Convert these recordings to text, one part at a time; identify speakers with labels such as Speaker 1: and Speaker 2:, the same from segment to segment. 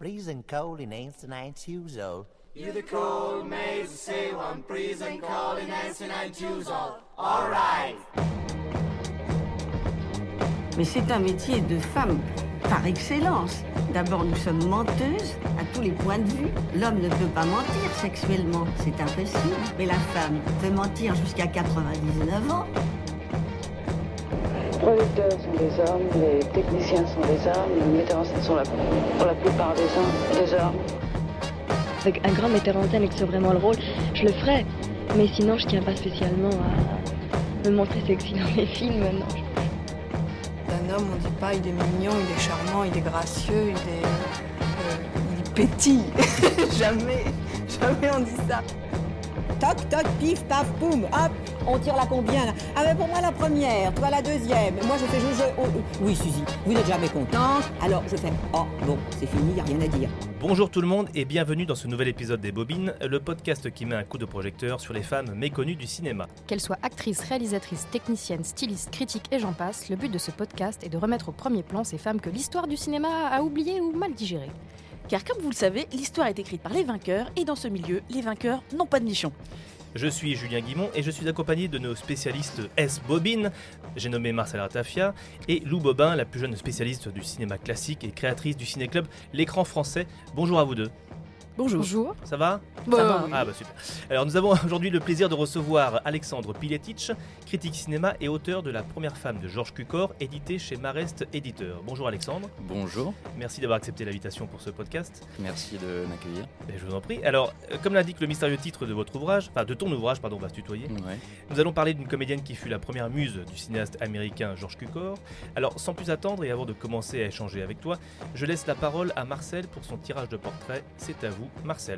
Speaker 1: Freezing cold in ancient years old.
Speaker 2: You the cold maze say one freezing cold in ancient years old. All right.
Speaker 3: Mais c'est un métier de femme par excellence. D'abord, nous sommes menteuses à tous les points de vue. L'homme ne peut pas mentir sexuellement, c'est impossible. Mais la femme peut mentir jusqu'à 99 ans.
Speaker 4: Les producteurs sont des hommes, les techniciens sont des hommes, les metteurs en scène sont pour la plupart des hommes.
Speaker 5: Avec un grand metteur en scène et que c'est vraiment le rôle, je le ferais. Mais sinon, je tiens pas spécialement à me montrer sexy dans les films, non.
Speaker 6: D'un homme, on dit pas il est mignon, il est charmant, il est gracieux, il pétille. Jamais on dit ça.
Speaker 7: Toc, toc, pif, paf, boum, hop, on tire la combien là? Ah ben pour moi la première, toi la deuxième. Moi je fais oui Suzy, vous n'êtes jamais contente, alors je fais oh bon, c'est fini, y a rien à dire.
Speaker 8: Bonjour tout le monde et bienvenue dans ce nouvel épisode des Bobines, le podcast qui met un coup de projecteur sur les femmes méconnues du cinéma.
Speaker 9: Qu'elles soient actrices, réalisatrices, techniciennes, stylistes, critiques et j'en passe, le but de ce podcast est de remettre au premier plan ces femmes que l'histoire du cinéma a oubliées ou mal digérées.
Speaker 10: Car comme vous le savez, l'histoire est écrite par les vainqueurs et dans ce milieu, les vainqueurs n'ont pas de nichon.
Speaker 8: Je suis Julien Guimont et je suis accompagné de nos spécialistes S-Bobines, j'ai nommé Marcella Ratafia, et Lou Bobin, la plus jeune spécialiste du cinéma classique et créatrice du ciné-club L'écran français. Bonjour à vous deux.
Speaker 9: Bonjour.
Speaker 8: Ça va ?
Speaker 9: Ça va, oui.
Speaker 8: Ah bah super. Alors nous avons aujourd'hui le plaisir de recevoir Alexandre Piletitch, critique cinéma et auteur de La première femme de Georges Cukor, édité chez Marest Éditeur. Bonjour Alexandre.
Speaker 11: Bonjour.
Speaker 8: Merci d'avoir accepté l'invitation pour ce podcast.
Speaker 11: Merci de m'accueillir.
Speaker 8: Et je vous en prie. Alors, comme l'indique le mystérieux titre de votre ouvrage, enfin de ton ouvrage, pardon, on va se tutoyer.
Speaker 11: Ouais.
Speaker 8: Nous allons parler d'une comédienne qui fut la première muse du cinéaste américain Georges Cukor. Alors, sans plus attendre et avant de commencer à échanger avec toi, je laisse la parole à Marcel pour son tirage de portrait. C'est à vous, Marcel.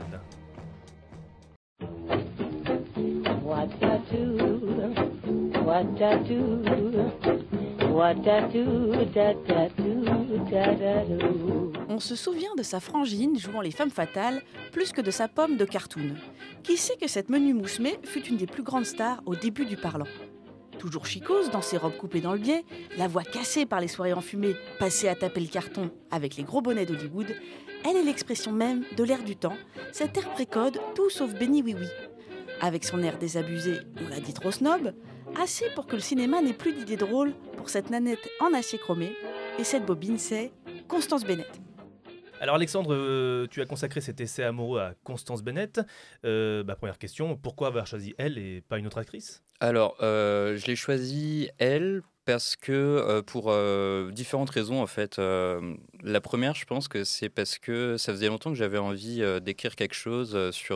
Speaker 10: On se souvient de sa frangine jouant les femmes fatales plus que de sa pomme de cartoon. Qui sait que cette menue moussemée fut une des plus grandes stars au début du parlant. Toujours chicose dans ses robes coupées dans le biais, la voix cassée par les soirées enfumées, passée à taper le carton avec les gros bonnets d'Hollywood, elle est l'expression même de l'air du temps, cet air précode tout sauf béni oui-oui. Avec son air désabusé, on l'a dit trop snob, assez pour que le cinéma n'ait plus d'idées drôles pour cette nanette en acier chromé, et cette bobine c'est Constance Bennett.
Speaker 8: Alors Alexandre, tu as consacré cet essai amoureux à Constance Bennett. Première question, pourquoi avoir choisi elle et pas une autre actrice ?
Speaker 11: Alors, je l'ai choisi elle parce que pour différentes raisons en fait. La première, je pense que c'est parce que ça faisait longtemps que j'avais envie d'écrire quelque chose sur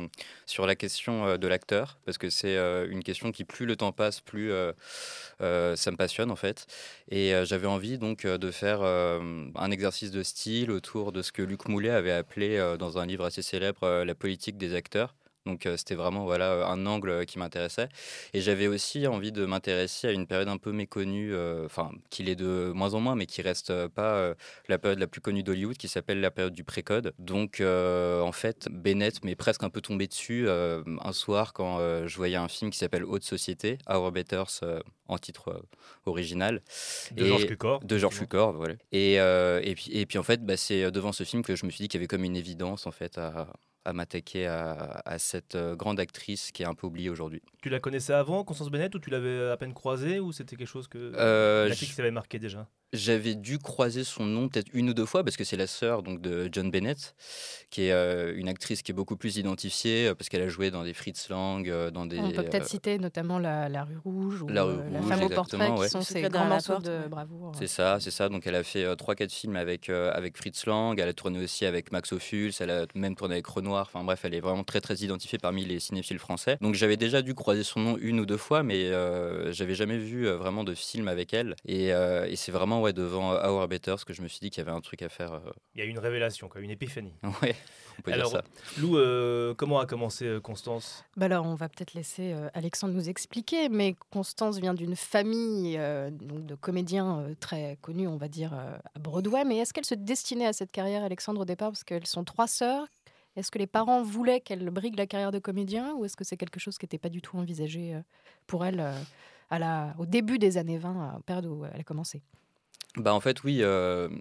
Speaker 11: la question de l'acteur, parce que c'est une question qui, plus le temps passe, plus ça me passionne en fait. Et j'avais envie donc de faire un exercice de style autour de ce que Luc Moulet avait appelé dans un livre assez célèbre la politique des acteurs. Donc c'était vraiment un angle qui m'intéressait. Et j'avais aussi envie de m'intéresser à une période un peu méconnue, qui l'est de moins en moins, mais qui reste pas la période la plus connue d'Hollywood, qui s'appelle la période du pré-code. Donc en fait, Bennett m'est presque un peu tombé dessus un soir quand je voyais un film qui s'appelle Haute Société, Our Betters en titre original.
Speaker 8: De Georges Cukor.
Speaker 11: De Georges Cukor, voilà. Et puis en fait, c'est devant ce film que je me suis dit qu'il y avait comme une évidence en fait à m'attaquer à cette grande actrice qui est un peu oubliée aujourd'hui.
Speaker 8: Tu la connaissais avant, Constance Bennett, ou tu l'avais à peine croisée, ou c'était quelque chose que qui t'avait marqué déjà ?
Speaker 11: J'avais dû croiser son nom peut-être une ou deux fois, parce que c'est la sœur donc, de John Bennett, qui est une actrice qui est beaucoup plus identifiée, parce qu'elle a joué dans des Fritz Lang, dans des...
Speaker 9: On peut peut-être citer notamment la Rue Rouge, ou
Speaker 11: La
Speaker 9: Femme au portrait,
Speaker 11: ouais.
Speaker 9: qui sont ces grands morceaux de bravoure.
Speaker 11: C'est ça. Donc elle a fait 3-4 films avec Fritz Lang, elle a tourné aussi avec Max Ophuls, elle a même tourné avec Renoir. Enfin bref, elle est vraiment très très identifiée parmi les cinéphiles français. Donc j'avais déjà dû croiser son nom une ou deux fois, mais j'avais jamais vu vraiment de film avec elle. Et c'est vraiment devant Our Betters que je me suis dit qu'il y avait un truc à faire.
Speaker 8: Il y a une révélation, une épiphanie.
Speaker 11: Ouais, on peut dire ça.
Speaker 8: Lou, comment a commencé Constance ?
Speaker 9: Alors on va peut-être laisser Alexandre nous expliquer, mais Constance vient d'une famille donc de comédiens très connus, on va dire, à Broadway. Mais est-ce qu'elle se destinait à cette carrière, Alexandre, au départ ? Parce qu'elles sont 3 sœurs. Est-ce que les parents voulaient qu'elle brigue la carrière de comédien, ou est-ce que c'est quelque chose qui n'était pas du tout envisagé pour elle au début des années 20, période où elle a commencé ?
Speaker 11: En fait, oui.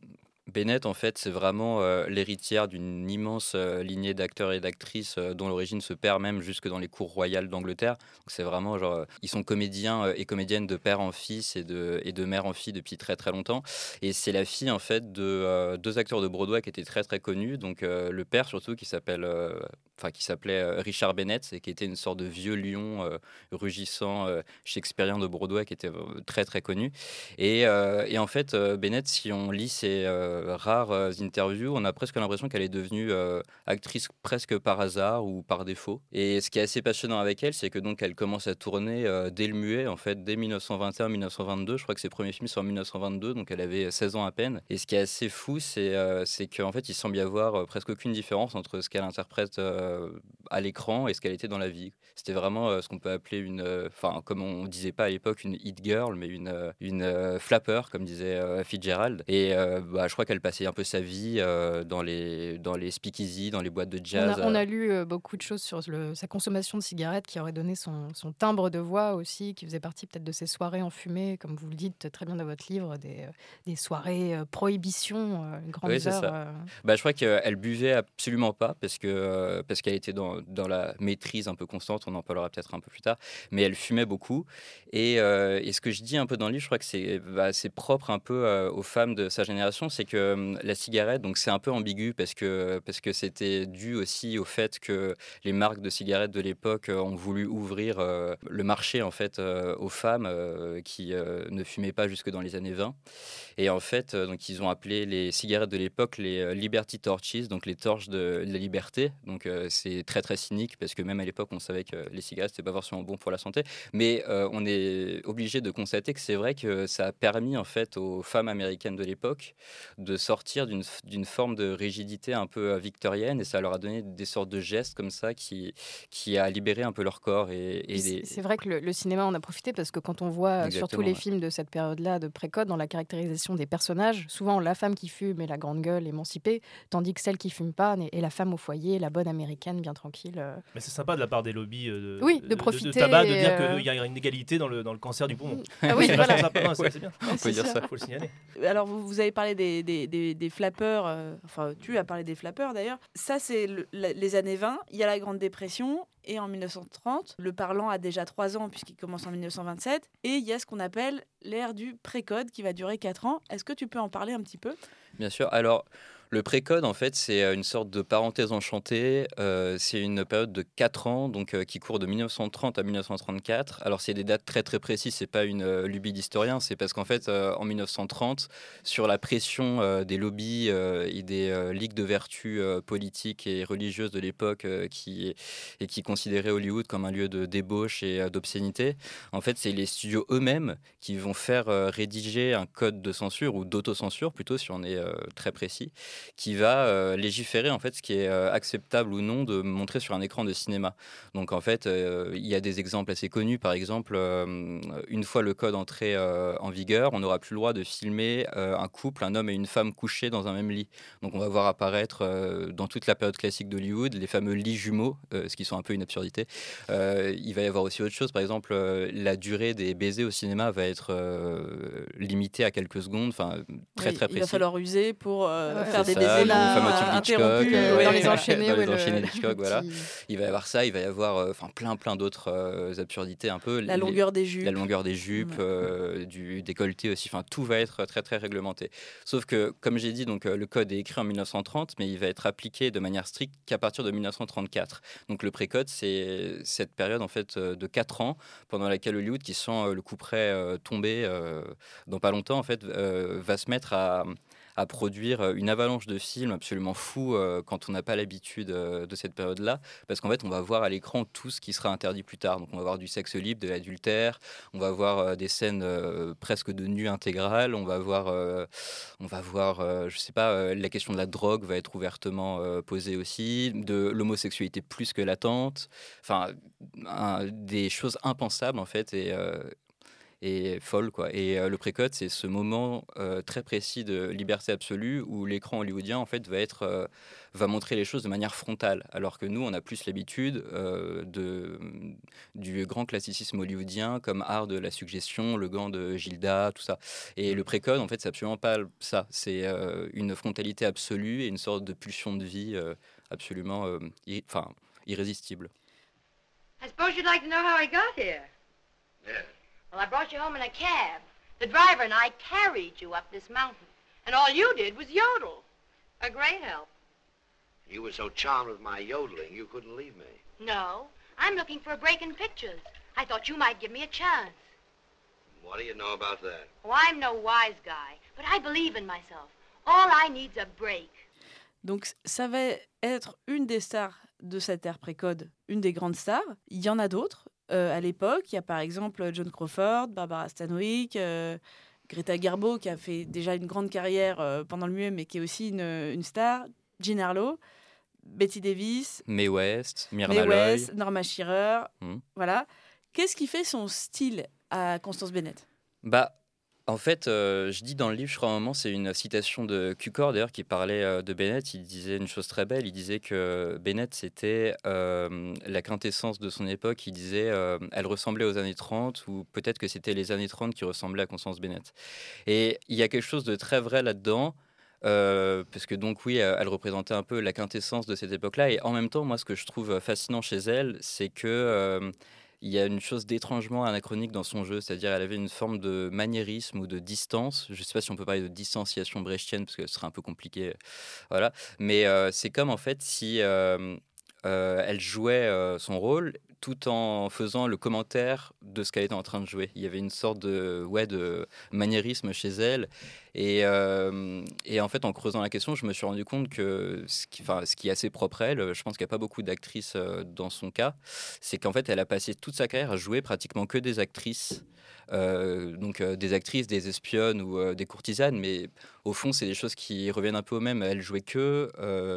Speaker 11: Bennett, en fait, c'est vraiment l'héritière d'une immense lignée d'acteurs et d'actrices dont l'origine se perd même jusque dans les cours royales d'Angleterre. Donc, c'est vraiment genre, ils sont comédiens et comédiennes de père en fils et de mère en fille depuis très très longtemps. Et c'est la fille, en fait, de deux acteurs de Broadway qui étaient très très connus. Donc, le père surtout qui s'appelait Richard Bennett et qui était une sorte de vieux lion rugissant shakespearien de Broadway qui était très très connu. Et en fait, Bennett, si on lit ses rares interviews, on a presque l'impression qu'elle est devenue actrice presque par hasard ou par défaut. Et ce qui est assez passionnant avec elle, c'est que donc elle commence à tourner dès le muet, en fait, dès 1921-1922. Je crois que ses premiers films sont en 1922, donc elle avait 16 ans à peine. Et ce qui est assez fou, c'est qu'en fait, il semble y avoir presque aucune différence entre ce qu'elle interprète à l'écran et ce qu'elle était dans la vie. C'était vraiment ce qu'on peut appeler comme on disait pas à l'époque, une hit girl, mais une flapper, comme disait Fitzgerald. Et je crois qu'elle passait un peu sa vie dans les speakeasy, dans les boîtes de jazz.
Speaker 9: On a lu beaucoup de choses sur sa consommation de cigarettes qui aurait donné son timbre de voix aussi, qui faisait partie peut-être de ces soirées enfumées, comme vous le dites très bien dans votre livre, des soirées prohibition, grandes
Speaker 11: oui, c'est
Speaker 9: heures.
Speaker 11: Ça. Je crois qu'elle buvait absolument pas parce qu'elle était dans la maîtrise un peu constante, on en parlera peut-être un peu plus tard, mais elle fumait beaucoup. Et ce que je dis un peu dans le livre, je crois que c'est propre un peu aux femmes de sa génération, c'est que la cigarette, donc c'est un peu ambigu parce que c'était dû aussi au fait que les marques de cigarettes de l'époque ont voulu ouvrir le marché en fait aux femmes qui ne fumaient pas jusque dans les années 20. Et en fait, donc ils ont appelé les cigarettes de l'époque les Liberty Torches, donc les torches de la liberté. Donc c'est très très cynique parce que même à l'époque, on savait que les cigarettes c'était pas forcément bon pour la santé, mais on est obligé de constater que c'est vrai que ça a permis en fait aux femmes américaines de l'époque de sortir d'une forme de rigidité un peu victorienne, et ça leur a donné des sortes de gestes comme ça qui a libéré un peu leur corps.
Speaker 9: C'est vrai que le cinéma en a profité parce que quand on voit surtout les films de cette période-là de pré-code, dans la caractérisation des personnages, souvent la femme qui fume est la grande gueule émancipée, tandis que celle qui fume pas est la femme au foyer, la bonne américaine bien tranquille.
Speaker 8: Mais c'est sympa de la part des lobbies
Speaker 9: de profiter,
Speaker 8: de tabac de dire qu'il y a une égalité dans le cancer du poumon.
Speaker 9: Ah oui,
Speaker 8: c'est
Speaker 9: voilà.
Speaker 8: sympa, non, c'est bien.
Speaker 11: On peut dire ça.
Speaker 8: Il faut le signaler.
Speaker 10: Alors vous avez parlé des flappeurs, tu as parlé des flappeurs d'ailleurs. Ça c'est les années 20, il y a la Grande Dépression. Et en 1930, le parlant a déjà 3 ans puisqu'il commence en 1927. Et il y a ce qu'on appelle l'ère du pré-code qui va durer 4 ans. Est-ce que tu peux en parler un petit peu ?
Speaker 11: Bien sûr. Alors, le pré-code, en fait, c'est une sorte de parenthèse enchantée. C'est une période de 4 ans, donc qui court de 1930 à 1934. Alors, c'est des dates très très précises. C'est pas une lubie d'historien. C'est parce qu'en fait, en 1930, sur la pression des lobbies et des ligues de vertu politiques et religieuses de l'époque qui considéraient Hollywood comme un lieu de débauche et d'obscénité, en fait, c'est les studios eux-mêmes qui vont faire rédiger un code de censure ou d'autocensure, plutôt si on est très précis, qui va légiférer en fait ce qui est acceptable ou non de montrer sur un écran de cinéma. Donc en fait, il y a des exemples assez connus. Par exemple, une fois le code entré en vigueur, on n'aura plus le droit de filmer un couple, un homme et une femme couchés dans un même lit. Donc on va voir apparaître dans toute la période classique d'Hollywood les fameux lits jumeaux, ce qui sont un peu une absurdité. Il va y avoir aussi autre chose. Par exemple, la durée des baisers au cinéma va être limitée à quelques secondes, enfin très très précis.
Speaker 10: Il va falloir user pour faire des
Speaker 11: le
Speaker 10: baisers
Speaker 11: fameux truc d'Hitchcock,
Speaker 10: dans les enchaînés,
Speaker 11: d'Hitchcock, voilà. Il va y avoir ça, il va y avoir plein d'autres absurdités un peu.
Speaker 10: La longueur des jupes,
Speaker 11: du décolleté aussi. Enfin, tout va être très très réglementé. Sauf que, comme j'ai dit, donc le code est écrit en 1930, mais il va être appliqué de manière stricte qu'à partir de 1934. Donc le pré-code, c'est cette période en fait de 4 ans pendant laquelle Hollywood, qui sent le couperet tomber dans pas longtemps, en fait, va se mettre à produire une avalanche de films absolument fous quand on n'a pas l'habitude de cette période-là, parce qu'en fait on va voir à l'écran tout ce qui sera interdit plus tard. Donc on va voir du sexe libre, de l'adultère, on va voir des scènes presque de nu intégral, on va voir je sais pas, la question de la drogue va être ouvertement posée aussi, de l'homosexualité plus que latente, enfin des choses impensables en fait, est folle, quoi. Et le pré-code, c'est ce moment très précis de liberté absolue où l'écran hollywoodien en fait va montrer les choses de manière frontale, alors que nous on a plus l'habitude du grand classicisme hollywoodien comme art de la suggestion, le gant de Gilda, tout ça. Et le pré-code en fait c'est absolument pas ça, c'est une frontalité absolue et une sorte de pulsion de vie absolument irrésistible.
Speaker 12: I suppose you'd like to know how I got here.
Speaker 2: Yeah.
Speaker 12: Well, I brought you home in a cab. The driver and I carried you up this mountain. And all you did was yodel. A great help.
Speaker 2: You were so charmed with my yodeling, you couldn't leave me.
Speaker 12: No, I'm looking for a break in pictures. I thought you might give me a chance.
Speaker 2: What do you know about that?
Speaker 12: Oh, I'm no wise guy, but I believe in myself. All I need's a break.
Speaker 10: Donc ça va être une des stars de cette ère pré-code, une des grandes stars. Il y en a d'autres à l'époque. Il y a par exemple Joan Crawford, Barbara Stanwyck, Greta Garbo qui a fait déjà une grande carrière pendant le muet mais qui est aussi une star, Jean Harlow, Betty Davis,
Speaker 11: Mae West, Myrna Loy,
Speaker 10: Norma Shearer. Voilà. Qu'est-ce qui fait son style à Constance Bennett ?
Speaker 11: En fait, je dis dans le livre, je crois à un moment, c'est une citation de Cukor d'ailleurs qui parlait de Bennett. Il disait une chose très belle. Il disait que Bennett c'était la quintessence de son époque. Il disait elle ressemblait aux années 30 ou peut-être que c'était les années 30 qui ressemblaient à Constance Bennett. Et il y a quelque chose de très vrai là-dedans. Parce que donc oui, elle représentait un peu la quintessence de cette époque-là. Et en même temps, moi, ce que je trouve fascinant chez elle, c'est que il y a une chose d'étrangement anachronique dans son jeu, c'est-à-dire elle avait une forme de maniérisme ou de distance. Je ne sais pas si on peut parler de distanciation brechtienne, parce que ce serait un peu compliqué. Voilà. Mais c'est comme en fait si elle jouait son rôle tout en faisant le commentaire de ce qu'elle était en train de jouer. Il y avait une sorte de maniérisme chez elle. Et en fait, en creusant la question, je me suis rendu compte que ce qui est assez propre à elle, je pense qu'il n'y a pas beaucoup d'actrices dans son cas, c'est qu'en fait, elle a passé toute sa carrière à jouer pratiquement que des actrices. Des actrices, des espionnes ou des courtisanes, mais au fond, c'est des choses qui reviennent un peu au même. Elle jouait que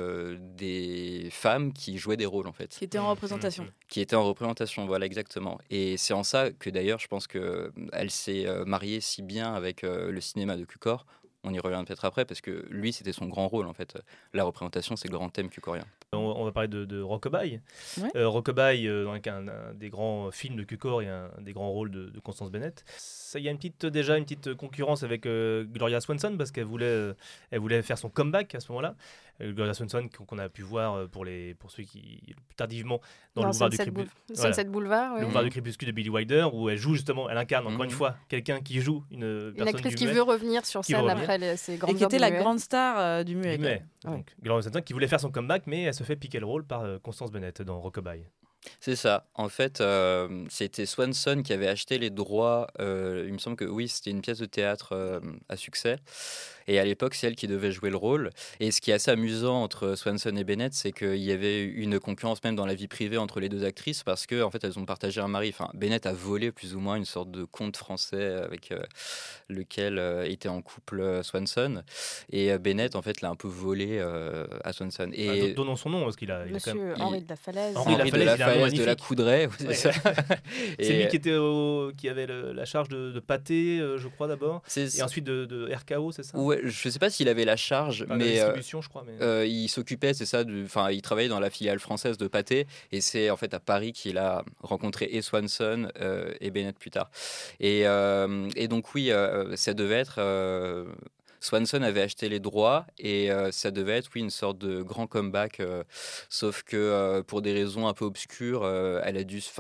Speaker 11: des femmes qui jouaient des rôles, en fait.
Speaker 10: Qui étaient en représentation.
Speaker 11: Qui étaient en représentation, voilà, exactement. Et c'est en ça que, d'ailleurs, je pense qu'elle s'est mariée si bien avec le cinéma de Cukor. On y revient peut-être après, parce que lui, c'était son grand rôle, en fait. La représentation, c'est le grand thème cucorien.
Speaker 8: On va parler de Rockabye.
Speaker 10: Ouais.
Speaker 8: Rockabye, un des grands films de Cukor et un des grands rôles de Constance Bennett. Il y a une petite concurrence avec Gloria Swanson, parce qu'elle voulait faire son comeback à ce moment-là. Gloria Swanson, qu'on a pu voir pour ceux qui tardivement dans le boulevard du Crépuscule.
Speaker 9: Sunset Boulevard, oui.
Speaker 8: Le boulevard du Crépuscule de Billy Wilder, où elle joue justement, elle incarne encore une fois quelqu'un qui joue une personne
Speaker 9: actrice
Speaker 8: du muet,
Speaker 9: qui veut revenir sur scène après ses grandes heures.
Speaker 10: Et qui était la
Speaker 9: muet.
Speaker 10: grande star du muet.
Speaker 8: Donc, Gloria Swanson qui voulait faire son comeback, mais elle se fait piquer le rôle par Constance Bennett dans Rockabye.
Speaker 11: C'est ça. En fait, c'était Swanson qui avait acheté les droits. Il me semble que oui, c'était une pièce de théâtre à succès. Et à l'époque, c'est elle qui devait jouer le rôle. Et ce qui est assez amusant entre Swanson et Bennett, c'est qu'il y avait une concurrence même dans la vie privée entre les deux actrices parce que en fait, elles ont partagé un mari. Enfin, Bennett a volé plus ou moins une sorte de conte français avec lequel était en couple Swanson. Et Bennett, en fait, l'a un peu volé à Swanson. Et
Speaker 8: donnons son nom parce qu'il a
Speaker 9: Monsieur
Speaker 8: quand même,
Speaker 9: Henri de la Falaise.
Speaker 11: Henri de la Falaise de la Coudray.
Speaker 8: Ouais. C'est lui qui avait la charge de Pathé, je crois d'abord, et ensuite de RKO, c'est ça?
Speaker 11: Ouais, je sais pas s'il avait la charge, mais
Speaker 8: la distribution, je crois. Mais...
Speaker 11: il s'occupait, c'est ça, il travaillait dans la filiale française de Pathé, et c'est en fait à Paris qu'il a rencontré et Swanson et Bennett plus tard. Et donc oui, ça devait être. Swanson avait acheté les droits et ça devait être une sorte de grand comeback, sauf que pour des raisons un peu obscures, elle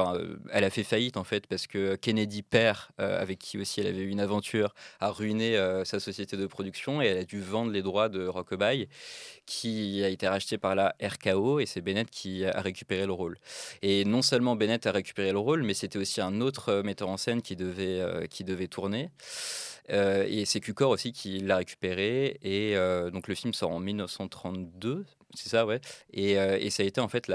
Speaker 11: a fait faillite en fait parce que Kennedy père, avec qui aussi elle avait eu une aventure, a ruiné sa société de production et elle a dû vendre les droits de Rockabye qui a été racheté par la RKO et c'est Bennett qui a récupéré le rôle. Et non seulement Bennett a récupéré le rôle, mais c'était aussi un autre metteur en scène qui devait tourner. Et c'est Cukor aussi qui l'a récupéré et donc le film sort en 1932, c'est ça, ouais. Et ça a été en fait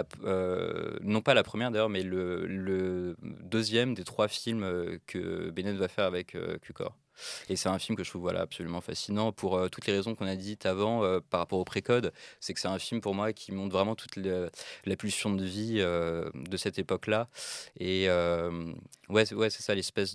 Speaker 11: non pas la première d'ailleurs, mais le deuxième des 3 films que Bennett va faire avec Cukor. Et c'est un film que je trouve absolument fascinant pour toutes les raisons qu'on a dites avant par rapport au Pré-Code. C'est que c'est un film pour moi qui montre vraiment toute la pulsion de vie de cette époque-là. Et c'est ça l'espèce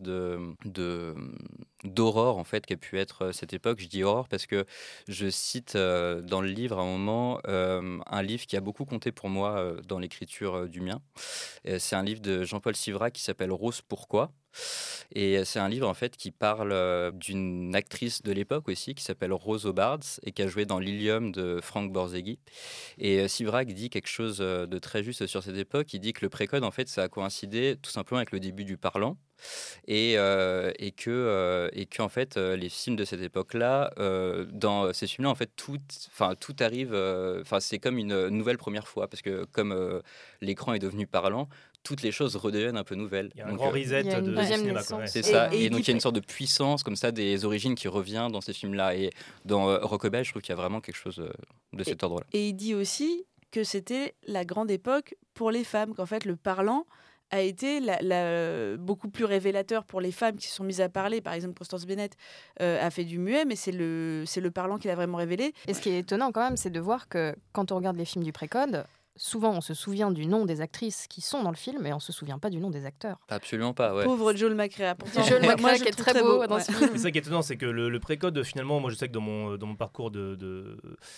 Speaker 11: d'aurore en fait qu'a pu être cette époque. Je dis aurore parce que je cite dans le livre à un moment un livre qui a beaucoup compté pour moi dans l'écriture du mien. C'est un livre de Jean-Paul Sivrac qui s'appelle Rose pourquoi. Et c'est un livre en fait qui parle d'une actrice de l'époque aussi qui s'appelle Rose O'Bards et qui a joué dans Lilium de Frank Borzegui. Et Sivrac dit quelque chose de très juste sur cette époque. Il dit que le Pré-Code en fait ça a coïncidé tout simplement avec le début du parlant. Et que en fait les films de cette époque-là, dans ces films-là en fait tout arrive. C'est comme une nouvelle première fois parce que comme l'écran est devenu parlant, toutes les choses redeviennent un peu nouvelles.
Speaker 8: Il y a un grand reset de cinéma.
Speaker 11: C'est ça. Et donc il y a une sorte de puissance comme ça des origines qui revient dans ces films-là. Et dans Rockabye, je trouve qu'il y a vraiment quelque chose de cet ordre-là.
Speaker 10: Et il dit aussi que c'était la grande époque pour les femmes, qu'en fait le parlant a été beaucoup plus révélateur pour les femmes qui se sont mises à parler. Par exemple, Constance Bennett a fait du muet, mais c'est le parlant qui l'a vraiment révélé.
Speaker 9: Et ce qui est étonnant quand même, c'est de voir que quand on regarde les films du Pré-Code, souvent on se souvient du nom des actrices qui sont dans le film, mais on ne se souvient pas du nom des acteurs.
Speaker 11: Absolument pas, ouais.
Speaker 10: Pauvre Joel McCrea. Pourtant,
Speaker 9: Joel McCrea qui est très beau dans ce film.
Speaker 8: C'est ça qui est étonnant, c'est que le Pré-Code, finalement, moi je sais que dans mon parcours de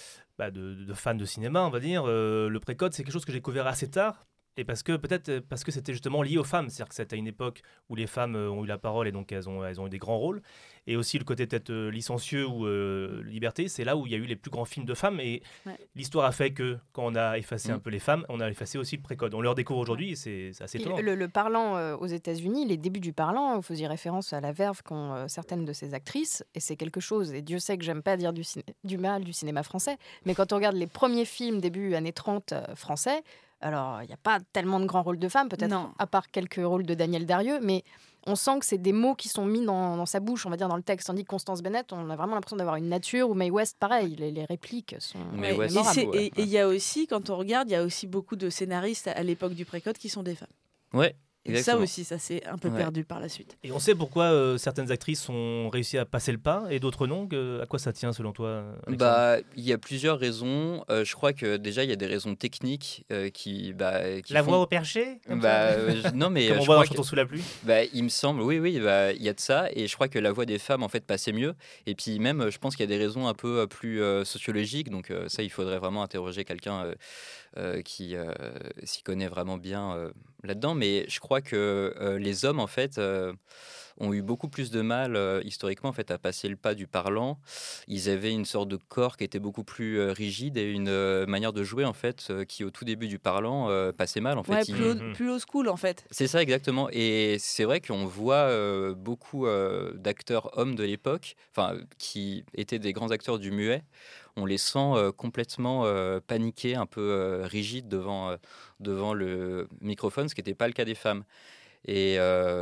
Speaker 8: fan de cinéma, on va dire, le Pré-Code, c'est quelque chose que j'ai découvert assez tard. Et peut-être parce que c'était justement lié aux femmes, c'est-à-dire que c'était à une époque où les femmes ont eu la parole et donc elles ont eu des grands rôles. Et aussi le côté peut-être licencieux ou liberté, c'est là où il y a eu les plus grands films de femmes. Et l'histoire a fait que quand on a effacé un peu les femmes, on a effacé aussi le Pré-Code. On le redécouvre aujourd'hui et c'est assez étonnant.
Speaker 9: Le parlant aux États-Unis, les débuts du parlant, vous faisiez référence à la verve qu'ont certaines de ces actrices. Et c'est quelque chose, et Dieu sait que j'aime pas dire du mal du cinéma français, mais quand on regarde les premiers films début années 30 français, alors, il n'y a pas tellement de grands rôles de femmes, peut-être, à part quelques rôles de Daniel Darieux, mais on sent que c'est des mots qui sont mis dans sa bouche, on va dire, dans le texte. Tandis que Constance Bennett, on a vraiment l'impression d'avoir une nature, ou Mae West, pareil, les répliques sont mémorables.
Speaker 10: Et il y a aussi, quand on regarde, il y a aussi beaucoup de scénaristes à l'époque du Pré-Code qui sont des femmes.
Speaker 11: Ouais.
Speaker 10: Et ça aussi, ça s'est un peu perdu par la suite.
Speaker 8: Et on sait pourquoi certaines actrices ont réussi à passer le pas et d'autres non. À quoi ça tient selon toi, Alexandre ?
Speaker 11: Il y a plusieurs raisons. Je crois que déjà il y a des raisons techniques qui
Speaker 8: la voix au perché
Speaker 11: non mais
Speaker 8: comme on voit dans Chantons sous la pluie.
Speaker 11: Il me semble, oui, il y a de ça. Et je crois que la voix des femmes en fait passait mieux. Et puis même, je pense qu'il y a des raisons un peu plus sociologiques. Donc ça, il faudrait vraiment interroger quelqu'un qui s'y connaît vraiment bien là-dedans. Mais je crois que les hommes en fait ont eu beaucoup plus de mal historiquement en fait à passer le pas du parlant. Ils avaient une sorte de corps qui était beaucoup plus rigide et une manière de jouer en fait qui au tout début du parlant passait mal en fait.
Speaker 10: Plus old school en fait.
Speaker 11: C'est ça exactement. Et c'est vrai qu'on voit beaucoup d'acteurs hommes de l'époque, qui étaient des grands acteurs du muet. On les sent complètement paniqués, un peu rigides devant le microphone, ce qui n'était pas le cas des femmes. Et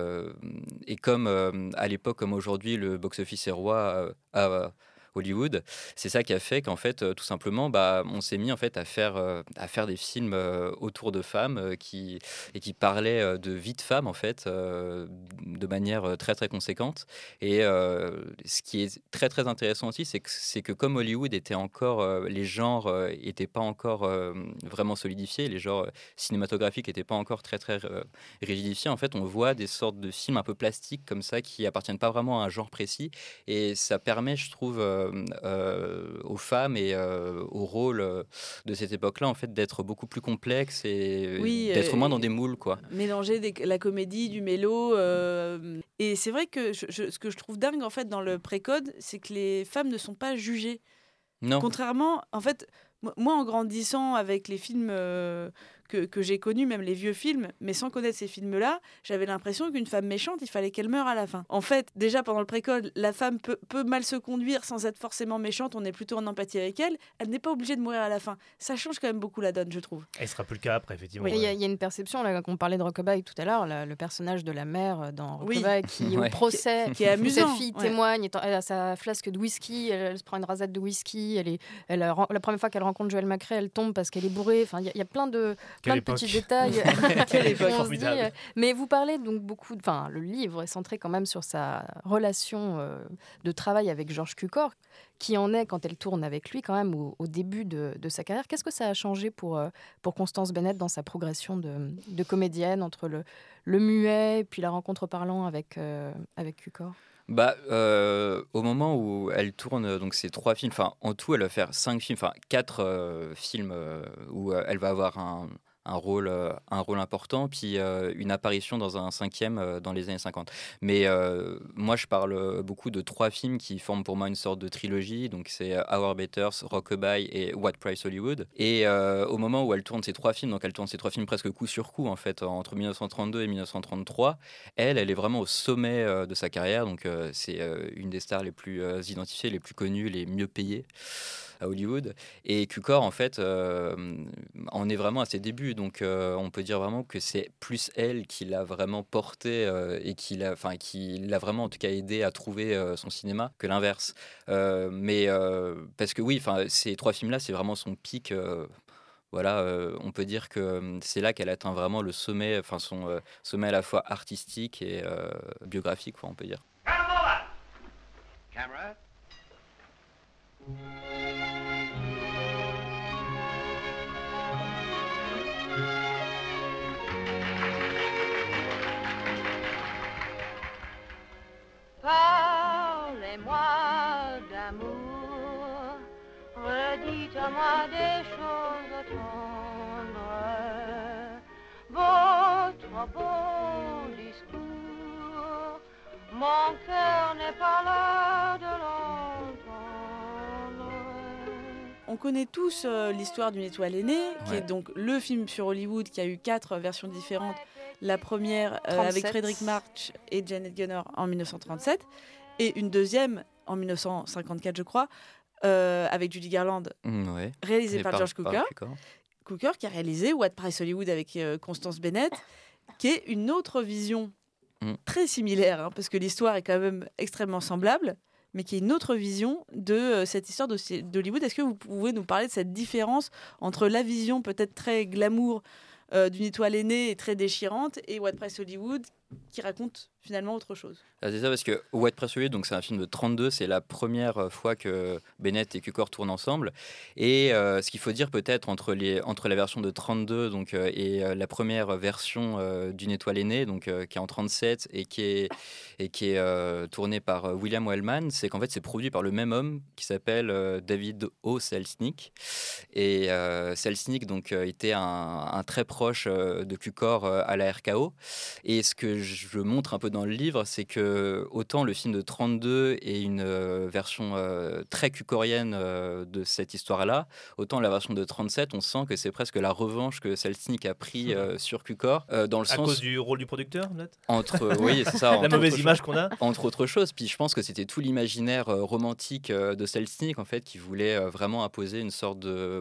Speaker 11: comme à l'époque, comme aujourd'hui, le box-office est roi à Hollywood, c'est ça qui a fait qu'en fait, tout simplement, on s'est mis en fait à faire des films autour de femmes qui parlaient de vie de femmes en fait, de manière très très conséquente. Et ce qui est très très intéressant aussi, c'est que comme Hollywood était encore, les genres n'étaient pas encore vraiment solidifiés, les genres cinématographiques n'étaient pas encore très très rigidifiés. En fait, on voit des sortes de films un peu plastiques comme ça qui appartiennent pas vraiment à un genre précis, et ça permet, je trouve, aux femmes et au rôle de cette époque-là en fait d'être beaucoup plus complexe et d'être moins dans des moules quoi.
Speaker 10: Mélanger la comédie, du mélo et c'est vrai que ce que je trouve dingue en fait dans le Pré-Code, c'est que les femmes ne sont pas jugées.
Speaker 11: Non.
Speaker 10: Contrairement, en fait, moi en grandissant avec les films que j'ai connus, même les vieux films, mais sans connaître ces films-là, j'avais l'impression qu'une femme méchante, il fallait qu'elle meure à la fin. En fait, déjà pendant le Pré-Code, la femme peut mal se conduire sans être forcément méchante, on est plutôt en empathie avec elle, elle n'est pas obligée de mourir à la fin. Ça change quand même beaucoup la donne, je trouve.
Speaker 8: Et ce sera plus le cas après, effectivement.
Speaker 9: Il y a une perception, là, qu'on parlait de Rockabye tout à l'heure, le personnage de la mère dans Rockabye qui au procès,
Speaker 10: qui est amusant.
Speaker 9: Sa fille témoigne, elle a sa flasque de whisky, elle se prend une rasade de whisky, la première fois qu'elle rencontre Joel McCrea, elle tombe parce qu'elle est bourrée. Enfin, il y a plein de plein de
Speaker 8: époque.
Speaker 9: petits détails.
Speaker 10: Quelle époque
Speaker 9: On se dit,
Speaker 8: formidable.
Speaker 9: mais vous parlez donc beaucoup, enfin le livre est centré quand même sur sa relation de travail avec George Cukor, qui en est quand elle tourne avec lui quand même au début de sa carrière. Qu'est-ce que ça a changé pour Constance Bennett dans sa progression de comédienne entre le muet et puis la rencontre au parlant avec Cukor?
Speaker 11: Au moment où elle tourne donc ces 3 films, enfin en tout elle va faire 5 films, enfin 4 films où elle va avoir un rôle important, puis une apparition dans un 5e dans les années 50. Mais moi je parle beaucoup de 3 films qui forment pour moi une sorte de trilogie, donc c'est Our Betters, Rockabye et What Price Hollywood. Et au moment où elle tourne ces 3 films, donc elle tourne ces 3 films presque coup sur coup en fait, entre 1932 et 1933, elle est vraiment au sommet de sa carrière, donc c'est une des stars les plus identifiées, les plus connues, les mieux payées à Hollywood. Et Cukor en fait en est vraiment à ses débuts, donc on peut dire vraiment que c'est plus elle qui l'a vraiment porté et qui l'a vraiment en tout cas aidé à trouver son cinéma que l'inverse. Parce que oui, ces 3 films là c'est vraiment son pic. On peut dire que c'est là qu'elle atteint vraiment le sommet, son sommet à la fois artistique et biographique, on peut dire.
Speaker 2: Camera.
Speaker 12: Parlez-moi d'amour, redites-moi des choses tendres, votre beau discours, mon cœur n'est pas là de l'entendre.
Speaker 10: On connaît tous l'histoire d'une étoile aînée, qui est donc le film sur Hollywood qui a eu 4 versions différentes. La première avec Frederick March et Janet Gaynor en 1937, et une deuxième en 1954, je crois, avec Judy Garland, réalisée par George Cukor. Cukor qui a réalisé What Price Hollywood avec Constance Bennett, qui est une autre vision très similaire, parce que l'histoire est quand même extrêmement semblable, mais qui est une autre vision de cette histoire d'Hollywood. Est-ce que vous pouvez nous parler de cette différence entre la vision peut-être très glamour d'une étoile aînée et très déchirante et What Price Hollywood qui raconte finalement autre chose?
Speaker 11: C'est ça, parce que What Price Hollywood, donc c'est un film de 32, c'est la première fois que Bennett et Cukor tournent ensemble. Et ce qu'il faut dire peut-être entre la version de 32 et la première version d'une étoile aînée, qui est en 37 et qui est tournée par William Wellman, c'est qu'en fait c'est produit par le même homme qui s'appelle David O. Selznick. Et Selznick était un très proche de Cukor à la RKO. Et ce que je montre un peu dans le livre, c'est que autant le film de 32 est une version très cukorienne de cette histoire-là, autant la version de 37, on sent que c'est presque la revanche que Selznick a pris sur Cukor. Dans le
Speaker 8: à cause du rôle du producteur, peut-être
Speaker 11: oui, c'est ça.
Speaker 8: La mauvaise image qu'on a.
Speaker 11: Entre autres choses. Puis je pense que c'était tout l'imaginaire romantique de Selznick, en fait, qui voulait vraiment imposer une sorte de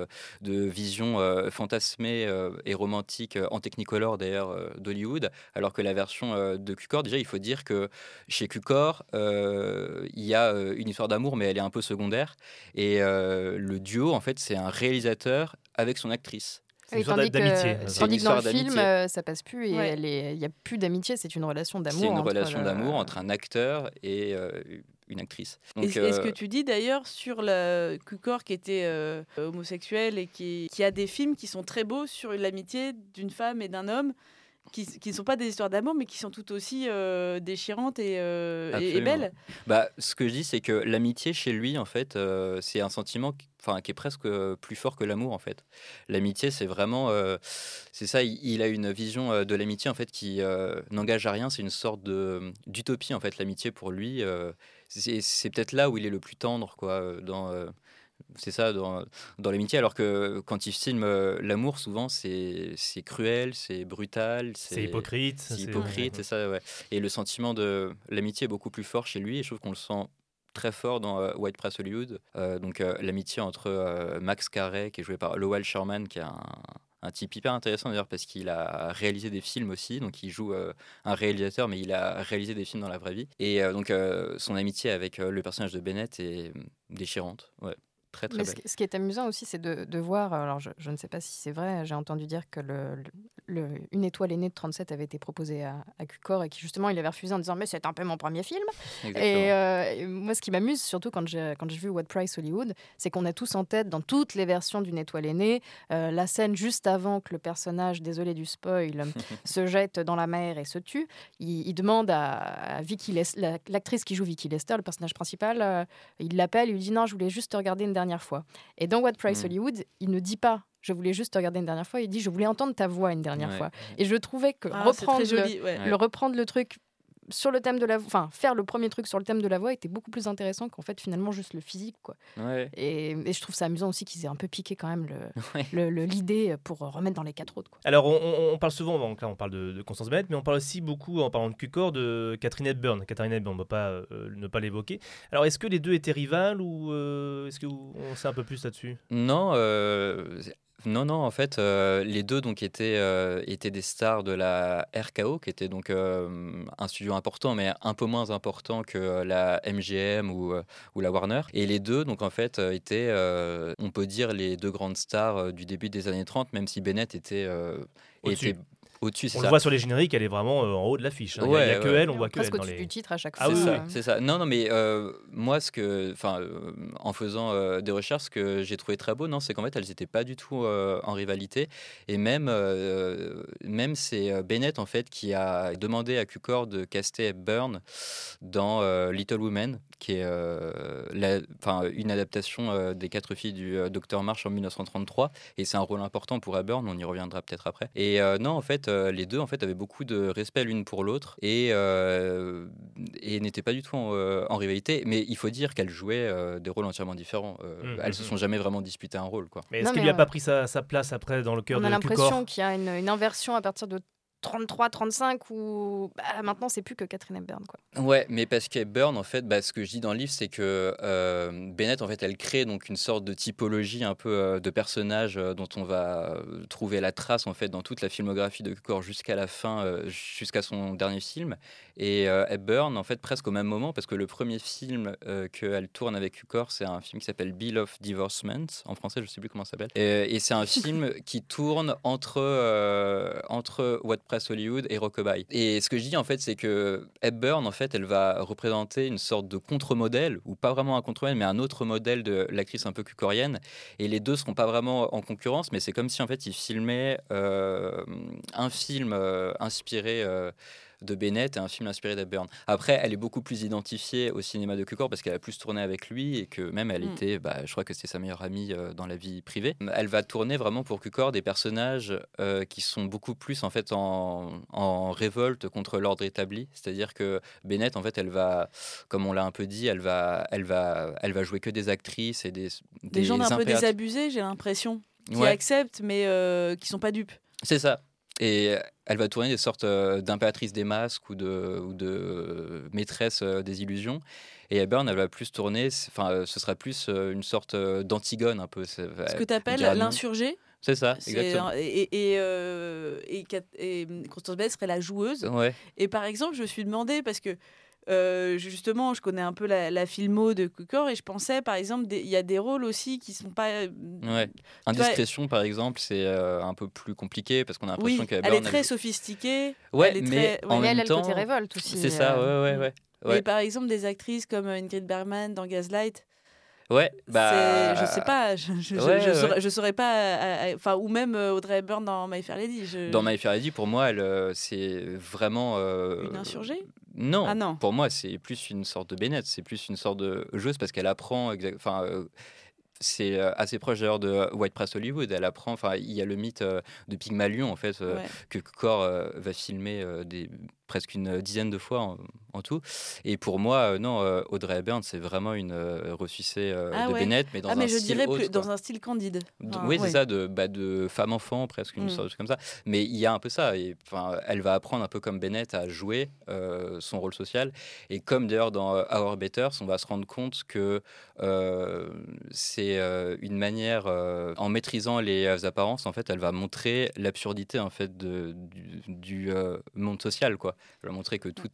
Speaker 11: vision fantasmée et romantique, en Technicolor d'ailleurs, d'Hollywood, alors que la version de Cukor, déjà il faut dire que chez Cukor il y a une histoire d'amour, mais elle est un peu secondaire, et le duo en fait c'est un réalisateur avec son actrice.
Speaker 9: Oui, tandis que dans le film, ça passe plus et il n'y a plus d'amitié, c'est une relation d'amour.
Speaker 11: C'est une relation d'amour entre un acteur et une actrice.
Speaker 10: Donc, et ce que tu dis d'ailleurs sur le Cukor qui était homosexuel et qui a des films qui sont très beaux sur l'amitié d'une femme et d'un homme, qui ne sont pas des histoires d'amour, mais qui sont tout aussi déchirantes et belles.
Speaker 11: Ce que je dis, c'est que l'amitié chez lui, en fait, c'est un sentiment qui est presque plus fort que l'amour, en fait. L'amitié, c'est vraiment... c'est ça, il a une vision de l'amitié, en fait, qui n'engage à rien. C'est une sorte d'utopie, en fait, l'amitié, pour lui. C'est peut-être là où il est le plus tendre, quoi, c'est ça, dans l'amitié, alors que quand il filme l'amour, souvent c'est cruel, c'est brutal,
Speaker 8: c'est hypocrite.
Speaker 11: C'est ça, ouais. Et le sentiment de l'amitié est beaucoup plus fort chez lui, et je trouve qu'on le sent très fort dans What Price Hollywood. L'amitié entre Max Carey, qui est joué par Lowell Sherman, qui est un type hyper intéressant d'ailleurs, parce qu'il a réalisé des films aussi, donc il joue un réalisateur, mais il a réalisé des films dans la vraie vie. Et son amitié avec le personnage de Bennett est déchirante, ouais. très très
Speaker 9: Mais
Speaker 11: belle.
Speaker 9: ce qui est amusant aussi, c'est de voir, alors je ne sais pas si c'est vrai, j'ai entendu dire que Une étoile aînée de 37 avait été proposée à Cukor et qui justement il avait refusé en disant mais c'est un peu mon premier film. Et moi ce qui m'amuse surtout quand j'ai vu What Price Hollywood, c'est qu'on a tous en tête dans toutes les versions d'Une étoile aînée la scène juste avant que le personnage, désolé du spoil, se jette dans la mer et se tue. Il demande à Vicky l'actrice qui joue Vicky Lester, le personnage principal, il l'appelle, il lui dit non, je voulais juste te regarder une dernière fois. Et dans What Price Hollywood, il ne dit pas je voulais juste te regarder une dernière fois, il dit je voulais entendre ta voix une dernière fois. Et je trouvais que reprendre le truc sur le thème de la voix, enfin faire le premier truc sur le thème de la voix était beaucoup plus intéressant qu'en fait finalement juste le physique quoi. Et je trouve ça amusant aussi qu'ils aient un peu piqué quand même l'idée pour remettre dans les 4 autres quoi.
Speaker 8: Alors on parle souvent, donc là on parle de Constance Bennett, mais on parle aussi beaucoup en parlant de Cukor de Katharine Hepburn. Katharine Hepburn, on ne peut pas ne pas l'évoquer. Alors est-ce que les deux étaient rivales ou est-ce qu'on sait un peu plus là-dessus?
Speaker 11: Non, en fait, les deux donc étaient des stars de la RKO, qui était donc un studio important, mais un peu moins important que la MGM ou la Warner. Et les deux, donc en fait, étaient, on peut dire, les deux grandes stars du début des années 30, même si Bennett était au-dessus.
Speaker 8: On le voit sur les génériques, elle est vraiment en haut de l'affiche. Il n'y a que elle, on voit que elle.
Speaker 9: Presque au-dessus du titre à chaque fois.
Speaker 11: Ah oui, c'est ça. Non, mais moi, en faisant des recherches, ce que j'ai trouvé très beau, c'est qu'en fait, elles n'étaient pas du tout en rivalité. Et même c'est Bennett, en fait, qui a demandé à Cukor de caster Hepburn dans Little Women, qui est une adaptation des 4 filles du Dr March en 1933. Et c'est un rôle important pour Hepburn, on y reviendra peut-être après. Et non, en fait, les deux en fait avaient beaucoup de respect l'une pour l'autre et n'étaient pas du tout en rivalité, mais il faut dire qu'elles jouaient des rôles entièrement différents. Elles se sont jamais vraiment disputées un rôle quoi.
Speaker 8: Mais est-ce qu'il lui a pas pris sa place après dans le cœur de Cukor?
Speaker 9: On a l'impression qu'il y a une inversion à partir de 33, 35 où maintenant c'est plus que Katharine Hepburn quoi.
Speaker 11: Ouais, mais parce qu'Hepburn en fait, ce que je dis dans le livre, c'est que Bennett en fait, elle crée donc une sorte de typologie un peu de personnage dont on va trouver la trace en fait dans toute la filmographie de Cukor jusqu'à la fin, jusqu'à son dernier film. Et Hepburn en fait presque au même moment, parce que le premier film qu'elle tourne avec Cukor, c'est un film qui s'appelle Bill of Divorcement en français, je sais plus comment ça s'appelle. Et c'est un film qui tourne entre What Price Hollywood et Rockabye. Et ce que je dis en fait, c'est que Hepburn en fait, elle va représenter une sorte de contre-modèle, ou pas vraiment un contre-modèle, mais un autre modèle de l'actrice un peu cukorienne. Et les deux seront pas vraiment en concurrence, mais c'est comme si en fait ils filmaient un film inspiré de Bennett et un film inspiré d'Hepburn. Après, elle est beaucoup plus identifiée au cinéma de Cukor parce qu'elle a plus tourné avec lui et que même elle était, je crois que c'était sa meilleure amie dans la vie privée. Elle va tourner vraiment pour Cukor des personnages qui sont beaucoup plus en fait en révolte contre l'ordre établi. C'est-à-dire que Bennett, en fait, elle va, comme on l'a un peu dit, elle va jouer que des actrices et des
Speaker 10: gens un peu désabusés, j'ai l'impression, qui acceptent mais qui sont pas dupes.
Speaker 11: C'est ça. Et elle va tourner des sortes d'impératrices des masques ou de maîtresses des illusions. Et Hepburn, elle va plus tourner, ce sera plus une sorte d'Antigone un peu.
Speaker 10: Ce que tu appelles l'insurgée.
Speaker 11: C'est ça, exactement.
Speaker 10: Et Constance Bennett serait la joueuse.
Speaker 11: Ouais.
Speaker 10: Et par exemple, je me suis demandé, parce que justement, je connais un peu la filmo de Cukor et je pensais, par exemple, il y a des rôles aussi qui sont pas.
Speaker 11: Indiscrétion, par exemple, c'est un peu plus compliqué parce qu'on a l'impression qu'elle
Speaker 10: est très sophistiquée.
Speaker 11: Ouais,
Speaker 10: mais
Speaker 11: en même
Speaker 9: elle
Speaker 11: temps,
Speaker 9: a le côté révolte aussi.
Speaker 11: C'est ça, ouais.
Speaker 10: Et par exemple, des actrices comme Ingrid Bergman dans Gaslight.
Speaker 11: Ouais,
Speaker 10: je sais pas, je saurais pas, ou même Audrey Hepburn dans My Fair Lady.
Speaker 11: Dans My Fair Lady, pour moi, c'est vraiment
Speaker 10: une insurgée.
Speaker 11: Non,
Speaker 10: ah non,
Speaker 11: pour moi, c'est plus une sorte de Bennett, c'est plus une sorte de joueuse parce qu'elle apprend, c'est assez proche d'ailleurs de White Price Hollywood. Elle apprend, il y a le mythe de Pygmalion en fait, que Cukor va filmer presque une dizaine de fois en tout. Et pour moi, Audrey Hepburn, c'est vraiment une ressucée de Bennett, mais dans un
Speaker 10: je
Speaker 11: style
Speaker 10: dirais
Speaker 11: autre,
Speaker 10: dans un style candide.
Speaker 11: C'est ça, de femme-enfant, presque une sorte de truc comme ça. Mais il y a un peu ça. Et, elle va apprendre un peu comme Bennett à jouer son rôle social. Et comme d'ailleurs dans Our Betters, on va se rendre compte que c'est une manière, en maîtrisant les apparences, en fait, elle va montrer l'absurdité en fait du monde social, quoi. Elle va montrer que tout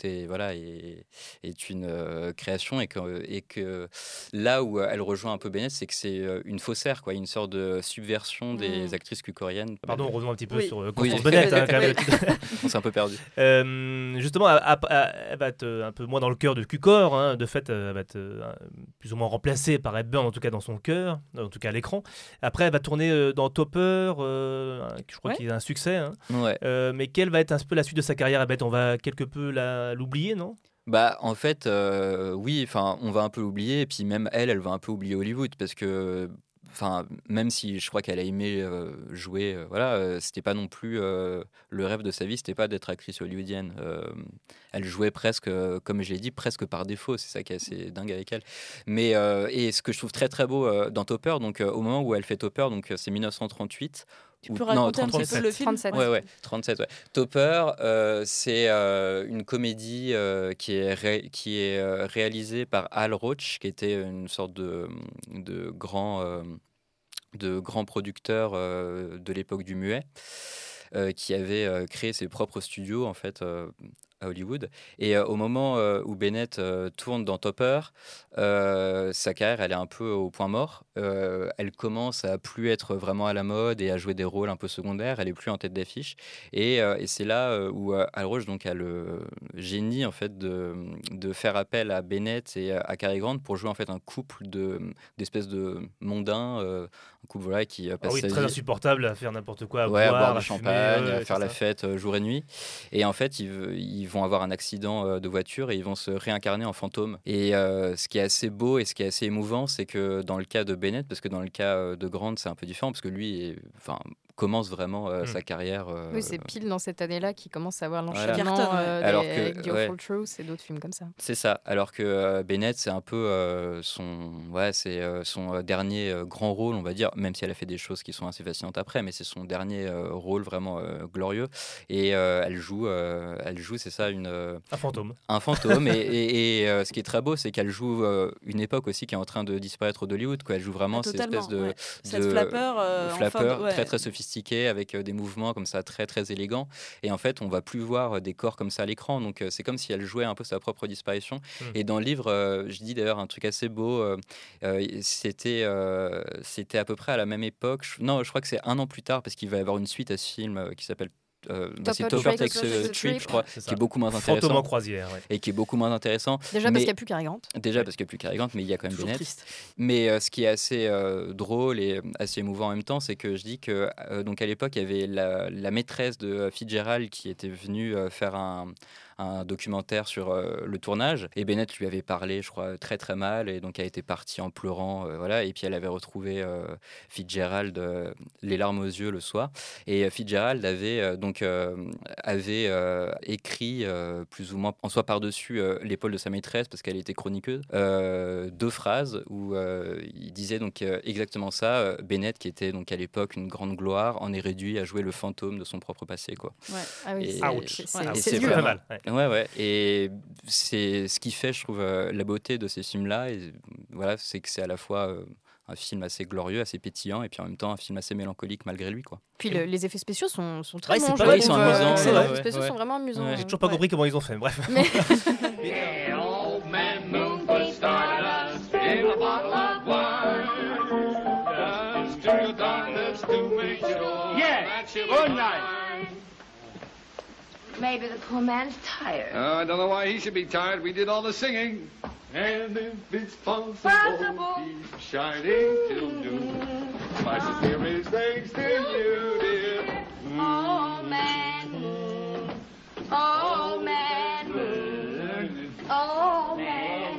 Speaker 11: est une création et que là où elle rejoint un peu Bennett, c'est que c'est une faussaire, quoi, une sorte de subversion des actrices cucoriennes.
Speaker 8: Pardon, on rejoint un petit peu sur Constance Bennett. Quand même.
Speaker 11: On s'est un peu perdu.
Speaker 8: Justement, elle va être un peu moins dans le cœur de Cukor. Hein. De fait, elle va être plus ou moins remplacée par Hepburn, en tout cas dans son cœur, en tout cas à l'écran. Après, elle va tourner dans Topper, je crois qu'il a un succès. Hein.
Speaker 11: Ouais.
Speaker 8: Mais quelle va être un peu la suite de sa carrière, Abed? On va quelque peu l'oublier, non?
Speaker 11: Bah, en fait, oui, enfin, on va un peu l'oublier, et puis même elle va un peu oublier Hollywood, parce que, enfin, même si je crois qu'elle a aimé jouer, c'était pas non plus le rêve de sa vie, c'était pas d'être actrice hollywoodienne. Elle jouait presque, comme je l'ai dit, presque par défaut. C'est ça qui est assez dingue avec elle. Mais et ce que je trouve très très beau dans Topper, donc au moment où elle fait Topper, donc c'est 1938.
Speaker 10: Tu peux raconter un petit peu le film?
Speaker 9: 37.
Speaker 11: Ouais, 37. Ouais. Topper, c'est une comédie qui est réalisée par Hal Roach, qui était une sorte de grand producteur de l'époque du muet, qui avait créé ses propres studios en fait à Hollywood. Et au moment où Bennett tourne dans Topper, sa carrière elle est un peu au point mort. Elle commence à plus être vraiment à la mode et à jouer des rôles un peu secondaires. Elle est plus en tête d'affiche. Et c'est là où Hal Roach donc a le génie en fait de faire appel à Bennett et à Cary Grant pour jouer en fait un couple d'espèces de mondains, un couple qui passe sa
Speaker 8: très
Speaker 11: vie
Speaker 8: insupportable à faire n'importe quoi, à
Speaker 11: boire du
Speaker 8: à
Speaker 11: champagne,
Speaker 8: fumer,
Speaker 11: à faire la fête jour et nuit. Et en fait, ils vont avoir un accident de voiture et ils vont se réincarner en fantômes. Et ce qui est assez beau et ce qui est assez émouvant, c'est que dans le cas de Bennett, parce que dans le cas de Grant, c'est un peu différent, parce que lui commence vraiment sa carrière.
Speaker 9: Oui, c'est pile dans cette année-là qu'il commence à avoir l'enchaînement
Speaker 11: alors que
Speaker 9: avec The Awful Truth et d'autres films comme ça.
Speaker 11: C'est ça. Alors que Bennett, c'est un peu son dernier grand rôle, on va dire, même si elle a fait des choses qui sont assez fascinantes après, mais c'est son dernier rôle vraiment glorieux. Et elle joue, c'est ça,
Speaker 8: un fantôme.
Speaker 11: Un fantôme. et ce qui est très beau, c'est qu'elle joue une époque aussi qui est en train de disparaître d'Hollywood. Elle joue vraiment cette espèce de flapper très très sophistiqué, avec des mouvements comme ça très très élégants, et en fait on va plus voir des corps comme ça à l'écran, donc c'est comme si elle jouait un peu sa propre disparition. Et dans le livre, je dis d'ailleurs un truc assez beau, c'était à peu près à la même époque, je crois que c'est un an plus tard, parce qu'il va y avoir une suite à ce film qui s'appelle c'est Topper Takes a Trip, je crois, qui est beaucoup moins intéressant.
Speaker 8: Fantôme en croisière,
Speaker 11: et qui est beaucoup moins intéressant.
Speaker 9: Déjà parce qu'il n'y a plus Cary Grant.
Speaker 11: Déjà parce qu'il n'y a plus Cary Grant, mais il y a quand même Bennett. Mais ce qui est assez drôle et assez émouvant en même temps, c'est que je dis que donc à l'époque, il y avait la maîtresse de Fitzgerald qui était venue faire un documentaire sur le tournage, et Bennett lui avait parlé, je crois, très très mal, et donc elle était partie en pleurant, et puis elle avait retrouvé Fitzgerald les larmes aux yeux le soir, et Fitzgerald avait écrit plus ou moins en soi par-dessus l'épaule de sa maîtresse, parce qu'elle était chroniqueuse, 2 phrases où il disait donc exactement ça. Bennett, qui était donc à l'époque une grande gloire, en est réduit à jouer le fantôme de son propre passé, quoi.
Speaker 9: Ouais. Ah oui,
Speaker 8: c'est très mal.
Speaker 11: Ouais. Et c'est ce qui fait, je trouve, la beauté de ces films-là. Et voilà, c'est que c'est à la fois un film assez glorieux, assez pétillant, et puis en même temps un film assez mélancolique malgré lui, quoi.
Speaker 9: Puis les effets spéciaux sont très bons.
Speaker 11: Ils sont amusants.
Speaker 9: Les effets spéciaux sont vraiment amusants.
Speaker 8: J'ai toujours pas compris comment ils ont fait. Bref.
Speaker 12: Maybe the poor man's tired.
Speaker 2: I don't know why he should be tired. We did all the singing. And if it's possible, keep shining till noon. My sincerest thanks to you, dear.
Speaker 12: Oh, man. Oh, man. Oh, man.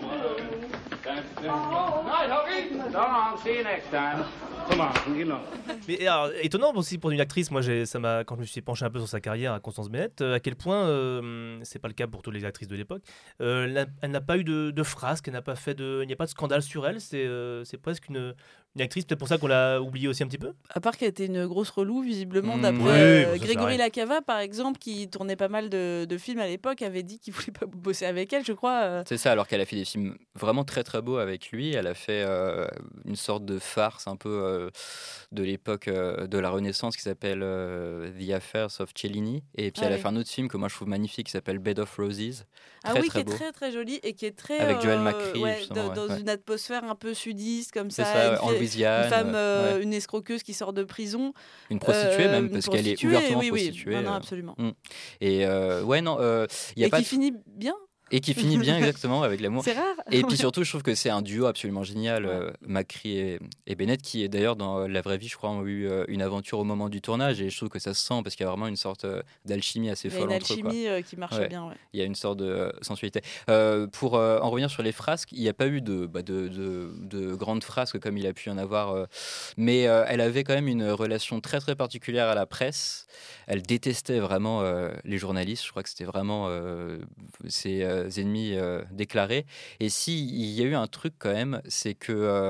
Speaker 2: Night, Huggy. So long. See you next time. Come on, you know.
Speaker 8: Mais alors, étonnant aussi pour une actrice, moi quand je me suis penché un peu sur sa carrière à Constance Bennett, à quel point, c'est pas le cas pour toutes les actrices de l'époque, elle n'a pas eu de frasque, il n'y a pas de scandale sur elle, c'est presque Une actrice, peut-être pour ça qu'on l'a oubliée aussi un petit peu.
Speaker 10: À part qu'elle était une grosse relou, visiblement, d'après
Speaker 8: oui,
Speaker 10: Grégory Lacava, par exemple, qui tournait pas mal de films à l'époque, avait dit qu'il voulait pas bosser avec elle, je crois.
Speaker 11: C'est ça, alors qu'elle a fait des films vraiment très très beaux avec lui. Elle a fait une sorte de farce un peu de l'époque de la Renaissance qui s'appelle The Affairs of Cellini. Et puis elle a fait un autre film que moi je trouve magnifique qui s'appelle Bed of Roses. Très,
Speaker 10: qui
Speaker 11: très
Speaker 10: est
Speaker 11: beau.
Speaker 10: très très joli et qui est très
Speaker 11: avec Joel McCrea,
Speaker 10: dans une atmosphère un peu sudiste comme
Speaker 11: c'est
Speaker 10: ça.
Speaker 11: en Louisiane,
Speaker 10: une femme, une escroqueuse qui sort de prison,
Speaker 11: une prostituée même parce qu'elle est ouvertement prostituée.
Speaker 10: Non, absolument.
Speaker 11: Et
Speaker 10: qui finit bien.
Speaker 11: Et qui finit bien exactement avec l'amour.
Speaker 10: C'est rare.
Speaker 11: Et puis surtout, je trouve que c'est un duo absolument génial, McCrea et Bennett, qui est d'ailleurs dans la vraie vie, je crois, ont eu une aventure au moment du tournage. Et je trouve que ça se sent parce qu'il y a vraiment une sorte d'alchimie assez folle entre eux.
Speaker 10: Il y a une alchimie qui marche bien. Ouais.
Speaker 11: Il y a une sorte de sensualité. Pour en revenir sur les frasques, il n'y a pas eu de grandes frasques comme il a pu y en avoir. Mais elle avait quand même une relation très très particulière à la presse. Elle détestait vraiment les journalistes. Je crois que c'était vraiment ses ennemis déclarés. Et il y a eu un truc quand même, c'est que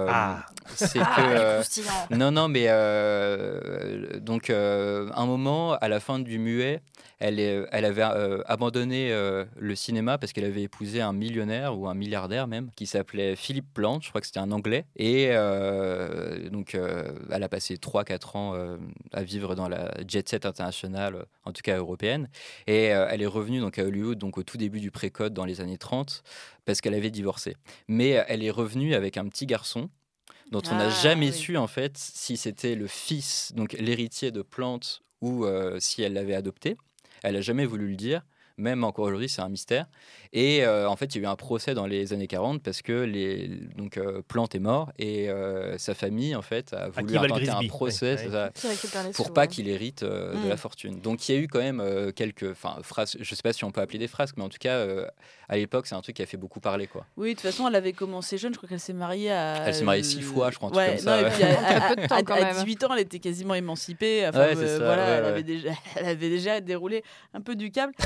Speaker 11: donc un moment à la fin du muet, elle avait abandonné le cinéma parce qu'elle avait épousé un millionnaire ou un milliardaire même qui s'appelait Philip Plant, je crois que c'était un Anglais, et donc elle a passé 3-4 ans à vivre dans la jet set internationale, en tout cas européenne, et elle est revenue donc à Hollywood donc au tout début du pré-code dans les années 30 parce qu'elle avait divorcé, mais elle est revenue avec un petit garçon dont on n'a jamais su en fait si c'était le fils, donc l'héritier de Plant, ou si elle l'avait adopté. Elle n'a jamais voulu le dire, même encore aujourd'hui, c'est un mystère. Et en fait, il y a eu un procès dans les années 40 parce que Plant est mort et sa famille en fait a voulu intenter un procès pour pas qu'il hérite de la fortune. Donc il y a eu quand même quelques phrases, je sais pas si on peut appeler des phrases, mais en tout cas à l'époque, c'est un truc qui a fait beaucoup parler, quoi.
Speaker 10: Oui, de toute façon, elle avait commencé jeune. Je crois qu'elle s'est mariée
Speaker 11: Elle s'est mariée 6 fois, je crois, un truc comme ça.
Speaker 10: Et puis à 18 ans, elle était quasiment émancipée. Enfin, elle avait déjà déroulé un peu du câble.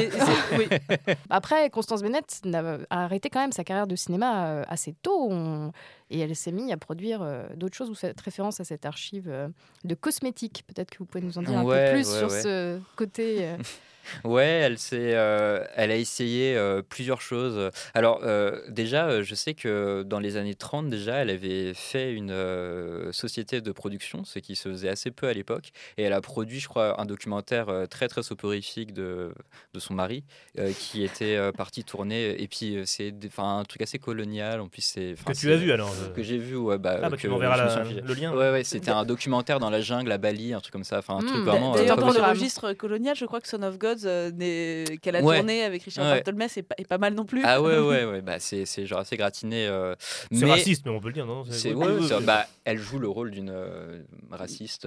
Speaker 9: Après, Constance Bennett a arrêté quand même sa carrière de cinéma assez tôt. Et elle s'est mise à produire d'autres choses. Vous faites référence à cette archive de cosmétiques. Peut-être que vous pouvez nous en dire un peu plus sur ce côté...
Speaker 11: elle a essayé plusieurs choses. Alors déjà, je sais que dans les années 30 déjà, elle avait fait une société de production, ce qui se faisait assez peu à l'époque, et elle a produit, je crois, un documentaire très très soporifique de son mari qui était parti tourner. Et puis c'est un truc assez colonial. En plus,
Speaker 8: que tu as vu alors
Speaker 11: que j'ai vu,
Speaker 8: tu m'enverras le lien.
Speaker 11: C'était un documentaire dans la jungle à Bali, un truc comme ça. Enfin, un truc vraiment.
Speaker 10: D'ailleurs, dans le registre colonial, je crois que Son of God qu'elle a tourné avec Richard Barthelmess est pas mal non plus.
Speaker 11: C'est genre assez gratiné.
Speaker 8: C'est raciste, mais on peut le dire, non?
Speaker 11: Elle joue le rôle d'une raciste,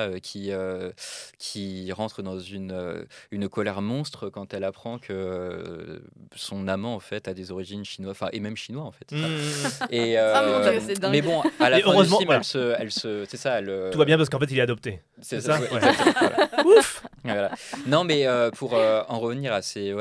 Speaker 11: qui rentre dans une colère monstre quand elle apprend que son amant en fait a des origines chinoises, et même chinois en fait. Et mais bon, à la fin du film,
Speaker 8: tout va bien parce qu'en fait il est adopté.
Speaker 11: C'est ça.
Speaker 8: Ouf.
Speaker 11: Voilà. Non, mais pour en revenir à ces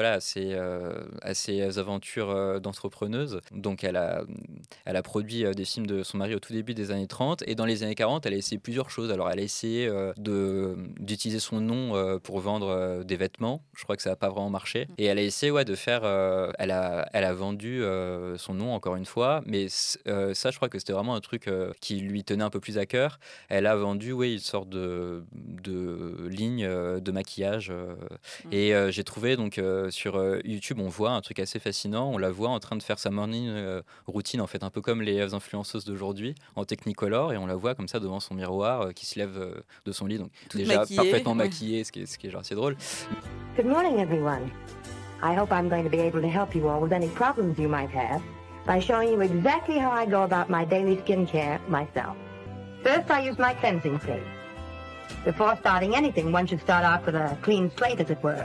Speaker 11: aventures d'entrepreneuse, donc elle a produit des films de son mari au tout début des années 30, et dans les années 40, elle a essayé plusieurs choses. Alors, elle a essayé d'utiliser son nom pour vendre des vêtements. Je crois que ça n'a pas vraiment marché. Et elle a essayé de faire... elle a vendu son nom, encore une fois, mais ça, je crois que c'était vraiment un truc qui lui tenait un peu plus à cœur. Elle a vendu une sorte de ligne de maquillage. Et j'ai trouvé, donc, sur YouTube, on voit un truc assez fascinant. On la voit en train de faire sa morning routine, en fait, un peu comme les influenceuses d'aujourd'hui, en Technicolor, et on la voit comme ça devant son miroir qui se lève de son lit, donc
Speaker 10: toute
Speaker 11: déjà
Speaker 10: maquillée,
Speaker 11: parfaitement maquillée, ce qui est genre assez drôle.
Speaker 13: Good morning, everyone. I hope I'm going to be able to help you all with any problems you might have by showing you exactly how I go about my daily skincare myself. First, I use my cleansing cream. Before starting anything, one should start out with a clean slate, as it were.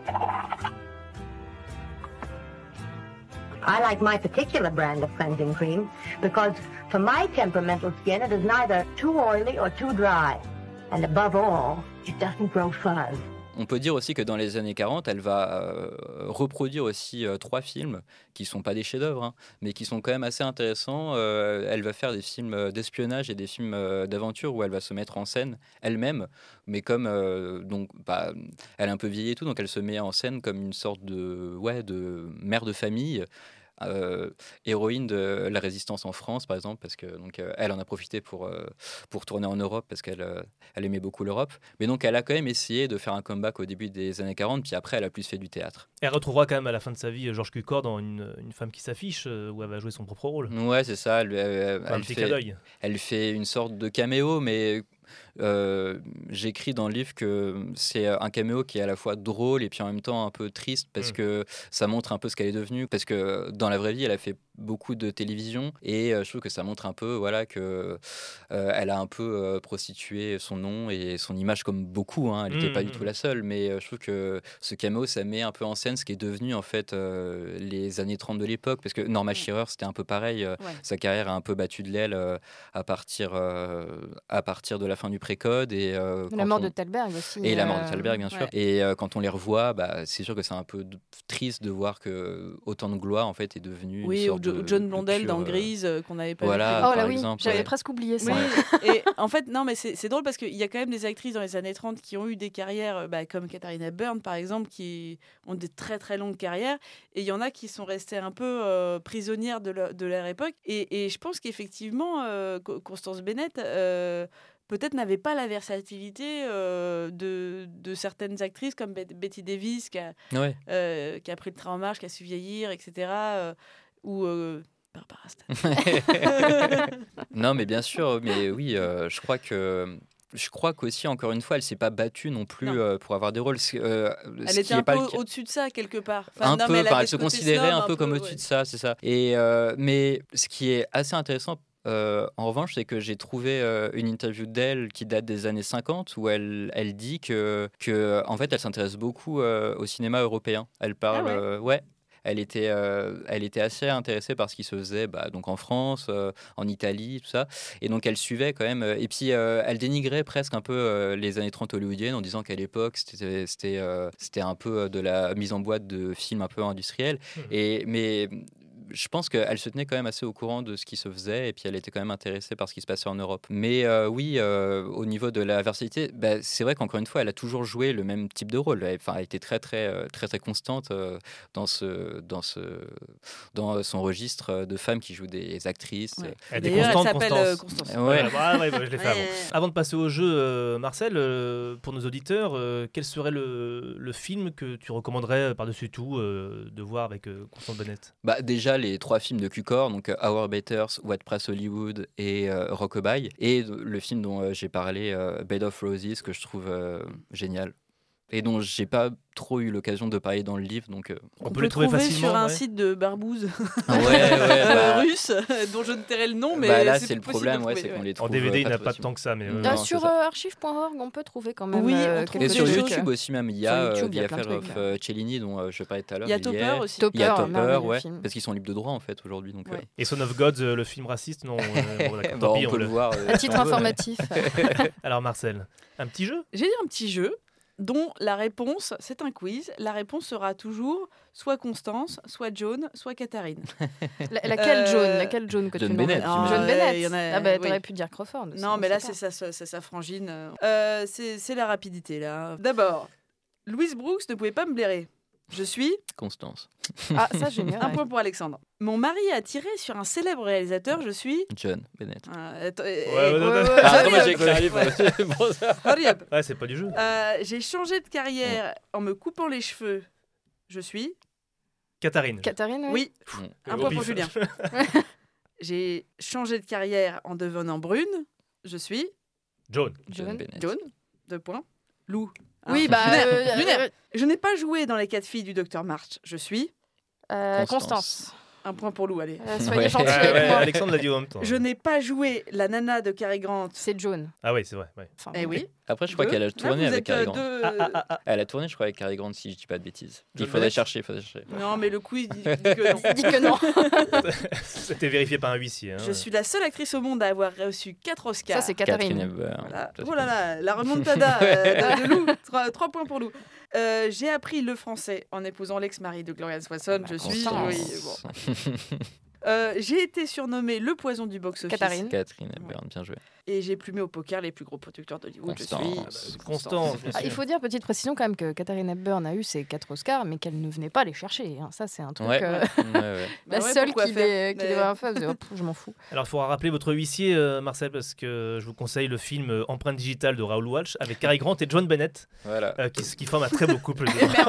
Speaker 13: I like my particular brand of cleansing cream because for my temperamental skin, it is neither too oily or too dry. And above all, it doesn't grow fuzz.
Speaker 11: On peut dire aussi que dans les années 40, elle va reproduire aussi 3 films qui sont pas des chefs-d'œuvre, hein, mais qui sont quand même assez intéressants. Elle va faire des films d'espionnage et des films d'aventure où elle va se mettre en scène elle-même, mais comme elle est un peu vieille et tout, donc elle se met en scène comme une sorte de mère de famille. Héroïne de la résistance en France par exemple, parce que elle en a profité pour tourner en Europe parce qu'elle aimait beaucoup l'Europe, mais donc elle a quand même essayé de faire un comeback au début des années 40, puis après elle a plus fait du théâtre.
Speaker 8: Elle retrouvera quand même à la fin de sa vie Georges Cukor dans une femme qui s'affiche, où elle va jouer son propre rôle.
Speaker 11: Ouais, c'est ça, elle fait une sorte de caméo, mais j'écris dans le livre que c'est un caméo qui est à la fois drôle et puis en même temps un peu triste parce que ça montre un peu ce qu'elle est devenue, parce que dans la vraie vie elle a fait beaucoup de télévision et je trouve que ça montre un peu que elle a un peu prostitué son nom et son image comme beaucoup, hein. Elle n'était pas du tout la seule, mais je trouve que ce caméo ça met un peu en scène ce qui est devenu en fait les années 30 de l'époque, parce que Norma Shearer c'était un peu pareil, sa carrière a un peu battu de l'aile à partir de la fin du Précode et
Speaker 9: la mort de Thalberg aussi.
Speaker 11: Et la mort de Thalberg bien sûr. Et quand on les revoit, c'est sûr que c'est un peu triste de voir que autant de gloire en fait est devenu une sorte
Speaker 10: John Blondell dans Grise qu'on n'avait pas vu.
Speaker 11: Par exemple,
Speaker 9: j'avais presque oublié ça.
Speaker 10: Oui. Et en fait non, mais c'est drôle parce qu'il y a quand même des actrices dans les années 30 qui ont eu des carrières comme Katharina Byrne par exemple, qui ont des très très longues carrières, et il y en a qui sont restées un peu prisonnières de leur époque, et je pense qu'effectivement Constance Bennett peut-être n'avait pas la versatilité de certaines actrices comme Betty Davis qui a pris le train en marche, qui a su vieillir, etc. Ou Barbara Stanwyck.
Speaker 11: Non, mais bien sûr, mais oui, je crois qu'aussi, encore une fois, elle ne s'est pas battue non plus pour avoir des rôles.
Speaker 10: Elle était un peu au-dessus de ça, quelque part.
Speaker 11: Elle se considérait un peu comme au-dessus de ça, c'est ça. Et, mais ce qui est assez intéressant, en revanche, c'est que j'ai trouvé une interview d'elle qui date des années 50 où elle dit que en fait, elle s'intéresse beaucoup au cinéma européen. Elle parle... Elle était assez intéressée par ce qui se faisait donc en France, en Italie, tout ça. Et donc, elle suivait quand même. Et puis, elle dénigrait presque un peu les années 30 hollywoodiennes en disant qu'à l'époque, c'était un peu de la mise en boîte de films un peu industriels. Mais je pense qu'elle se tenait quand même assez au courant de ce qui se faisait, et puis elle était quand même intéressée par ce qui se passait en Europe. Mais au niveau de la versatilité, c'est vrai qu'encore une fois, elle a toujours joué le même type de rôle. Elle était très constante dans son registre de femmes qui jouent des actrices.
Speaker 8: Ouais. Elle s'appelle Constance. Je l'ai fait avant. Avant de passer au jeu, Marcel, pour nos auditeurs, quel serait le film que tu recommanderais par-dessus tout de voir avec Constance Bennett ?
Speaker 11: Déjà, les 3 films de Cukor, donc Our Betters, What Press Hollywood et Rockabye, et le film dont j'ai parlé, Bed of Roses, que je trouve génial et dont j'ai pas trop eu l'occasion de parler dans le livre, donc
Speaker 10: on peut le trouver facilement sur un site de Barbouze russe dont je ne tairai le nom, mais
Speaker 11: là c'est le problème, c'est qu'on les trouve
Speaker 8: en DVD. Il n'y en a pas tant que ça, mais
Speaker 9: sur archive.org on peut trouver quand même.
Speaker 11: Et sur YouTube aussi même, il y a The Affair of Cellini dont je parlais tout à l'heure.
Speaker 10: Il y a Topper aussi.
Speaker 11: Il y a Topper, parce qu'ils sont libres de droit en fait aujourd'hui. Donc
Speaker 8: et Son of Gods, le film raciste, non
Speaker 11: on peut le voir
Speaker 9: à titre informatif.
Speaker 8: Alors Marcel, un petit jeu.
Speaker 10: J'ai dit un petit jeu dont la réponse, c'est un quiz, la réponse sera toujours soit Constance, soit Joan, soit Catherine.
Speaker 9: Laquelle Joan que
Speaker 11: John
Speaker 9: tu
Speaker 11: Bennett.
Speaker 9: John Bennett. T'aurais pu dire Crawford.
Speaker 10: Non, mais là, c'est sa frangine. C'est la rapidité, là. D'abord, Louise Brooks ne pouvait pas me blairer. Je suis
Speaker 11: Constance.
Speaker 9: Ah, ça, génial.
Speaker 10: Un point pour Alexandre. Mon mari a tiré sur un célèbre réalisateur. Je suis
Speaker 11: John Bennett.
Speaker 10: Hurry up.
Speaker 8: Ouais, c'est pas du jeu.
Speaker 10: J'ai changé de carrière en me coupant les cheveux. Je suis
Speaker 8: Catherine.
Speaker 10: Oui. Un point pour Julien. J'ai changé de carrière en devenant brune. Je suis
Speaker 8: John.
Speaker 10: John. 2 points. Lou.
Speaker 9: Oui,
Speaker 10: Lunaire. Je n'ai pas joué dans Les 4 filles du Dr March. Je suis
Speaker 9: Constance.
Speaker 10: Un point pour Lou, allez.
Speaker 9: Soyez gentil.
Speaker 8: Alexandre l'a dit en même temps.
Speaker 10: Je n'ai pas joué la nana de Cary Grant.
Speaker 9: C'est Joan.
Speaker 8: Ah oui, c'est vrai. Ouais.
Speaker 9: Enfin,
Speaker 10: Eh oui.
Speaker 11: Après, je crois qu'elle a tourné avec Cary Grant.
Speaker 10: Ah.
Speaker 11: Elle a tourné, je crois, avec Cary Grant, si je dis pas de bêtises. Il
Speaker 8: John
Speaker 11: faudrait
Speaker 8: Bennett
Speaker 11: chercher.
Speaker 10: Non, mais le quiz dit que non.
Speaker 9: dit que non.
Speaker 8: C'était vérifié par un huissier. Hein.
Speaker 10: Je suis la seule actrice au monde à avoir reçu 4 Oscars.
Speaker 9: Ça, c'est Catherine.
Speaker 10: Voilà. Oh là là, la remontada de Lou. 3 points pour Lou. J'ai appris le français en épousant l'ex-mari de Gloria Swanson. Je suis... Oui, bon. J'ai été surnommée le poison du box-office.
Speaker 11: Catherine Hepburn, bien joué.
Speaker 10: Et j'ai plumé au poker les plus gros producteurs d'Hollywood.
Speaker 8: Constant.
Speaker 9: Il faut dire, petite précision quand même, que Katharine Hepburn a eu ses 4 Oscars, mais qu'elle ne venait pas les chercher. Hein. Ça, c'est un truc... La seule qui les va faire, je m'en fous.
Speaker 8: Alors, il faudra rappeler votre huissier, Marcel, parce que je vous conseille le film Empreinte digitale de Raoul Walsh avec Cary Grant et John Bennett, qui forment un très beau couple.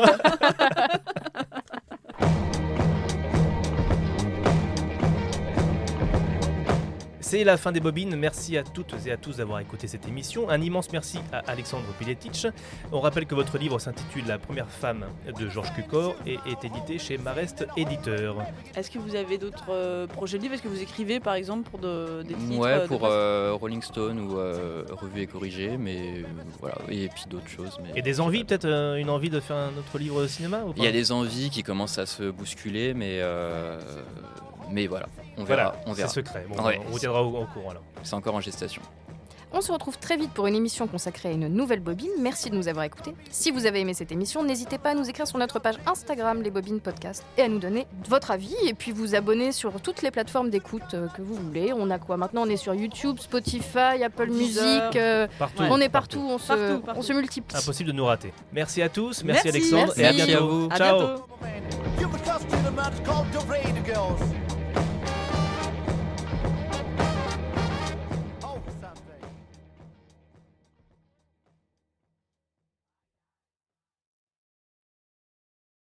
Speaker 8: C'est la fin des bobines. Merci à toutes et à tous d'avoir écouté cette émission. Un immense merci à Alexandre Piletich. On rappelle que votre livre s'intitule La première femme de Georges Cukor et est édité chez Marest Éditeur.
Speaker 10: Est-ce que vous avez d'autres projets de livres ? Est-ce que vous écrivez par exemple pour des titres ?
Speaker 11: Ouais, pour Rolling Stone ou Revue et Corrigée, mais voilà, et puis d'autres choses. Mais...
Speaker 8: Et des envies, peut-être une envie de faire un autre livre de cinéma ou pas ?
Speaker 11: Il y a des envies qui commencent à se bousculer, mais voilà, on verra.
Speaker 8: C'est secret. Bon,
Speaker 11: ouais,
Speaker 8: on vous tiendra au courant alors.
Speaker 11: C'est encore en gestation.
Speaker 9: On se retrouve très vite pour une émission consacrée à une nouvelle bobine. Merci de nous avoir écoutés. Si vous avez aimé cette émission, n'hésitez pas à nous écrire sur notre page Instagram, les Bobines Podcast, et à nous donner votre avis. Et puis vous abonner sur toutes les plateformes d'écoute que vous voulez. On a quoi maintenant ? On est sur YouTube, Spotify, Apple Music.
Speaker 8: Partout.
Speaker 9: On est partout.
Speaker 10: Partout.
Speaker 9: On se multiplie.
Speaker 8: Impossible de nous rater. Merci à tous. Merci Alexandre.
Speaker 9: Merci.
Speaker 8: Et à bientôt.
Speaker 10: À
Speaker 8: Ciao.
Speaker 10: bientôt.
Speaker 1: You must trust in a man called the Radio Girls.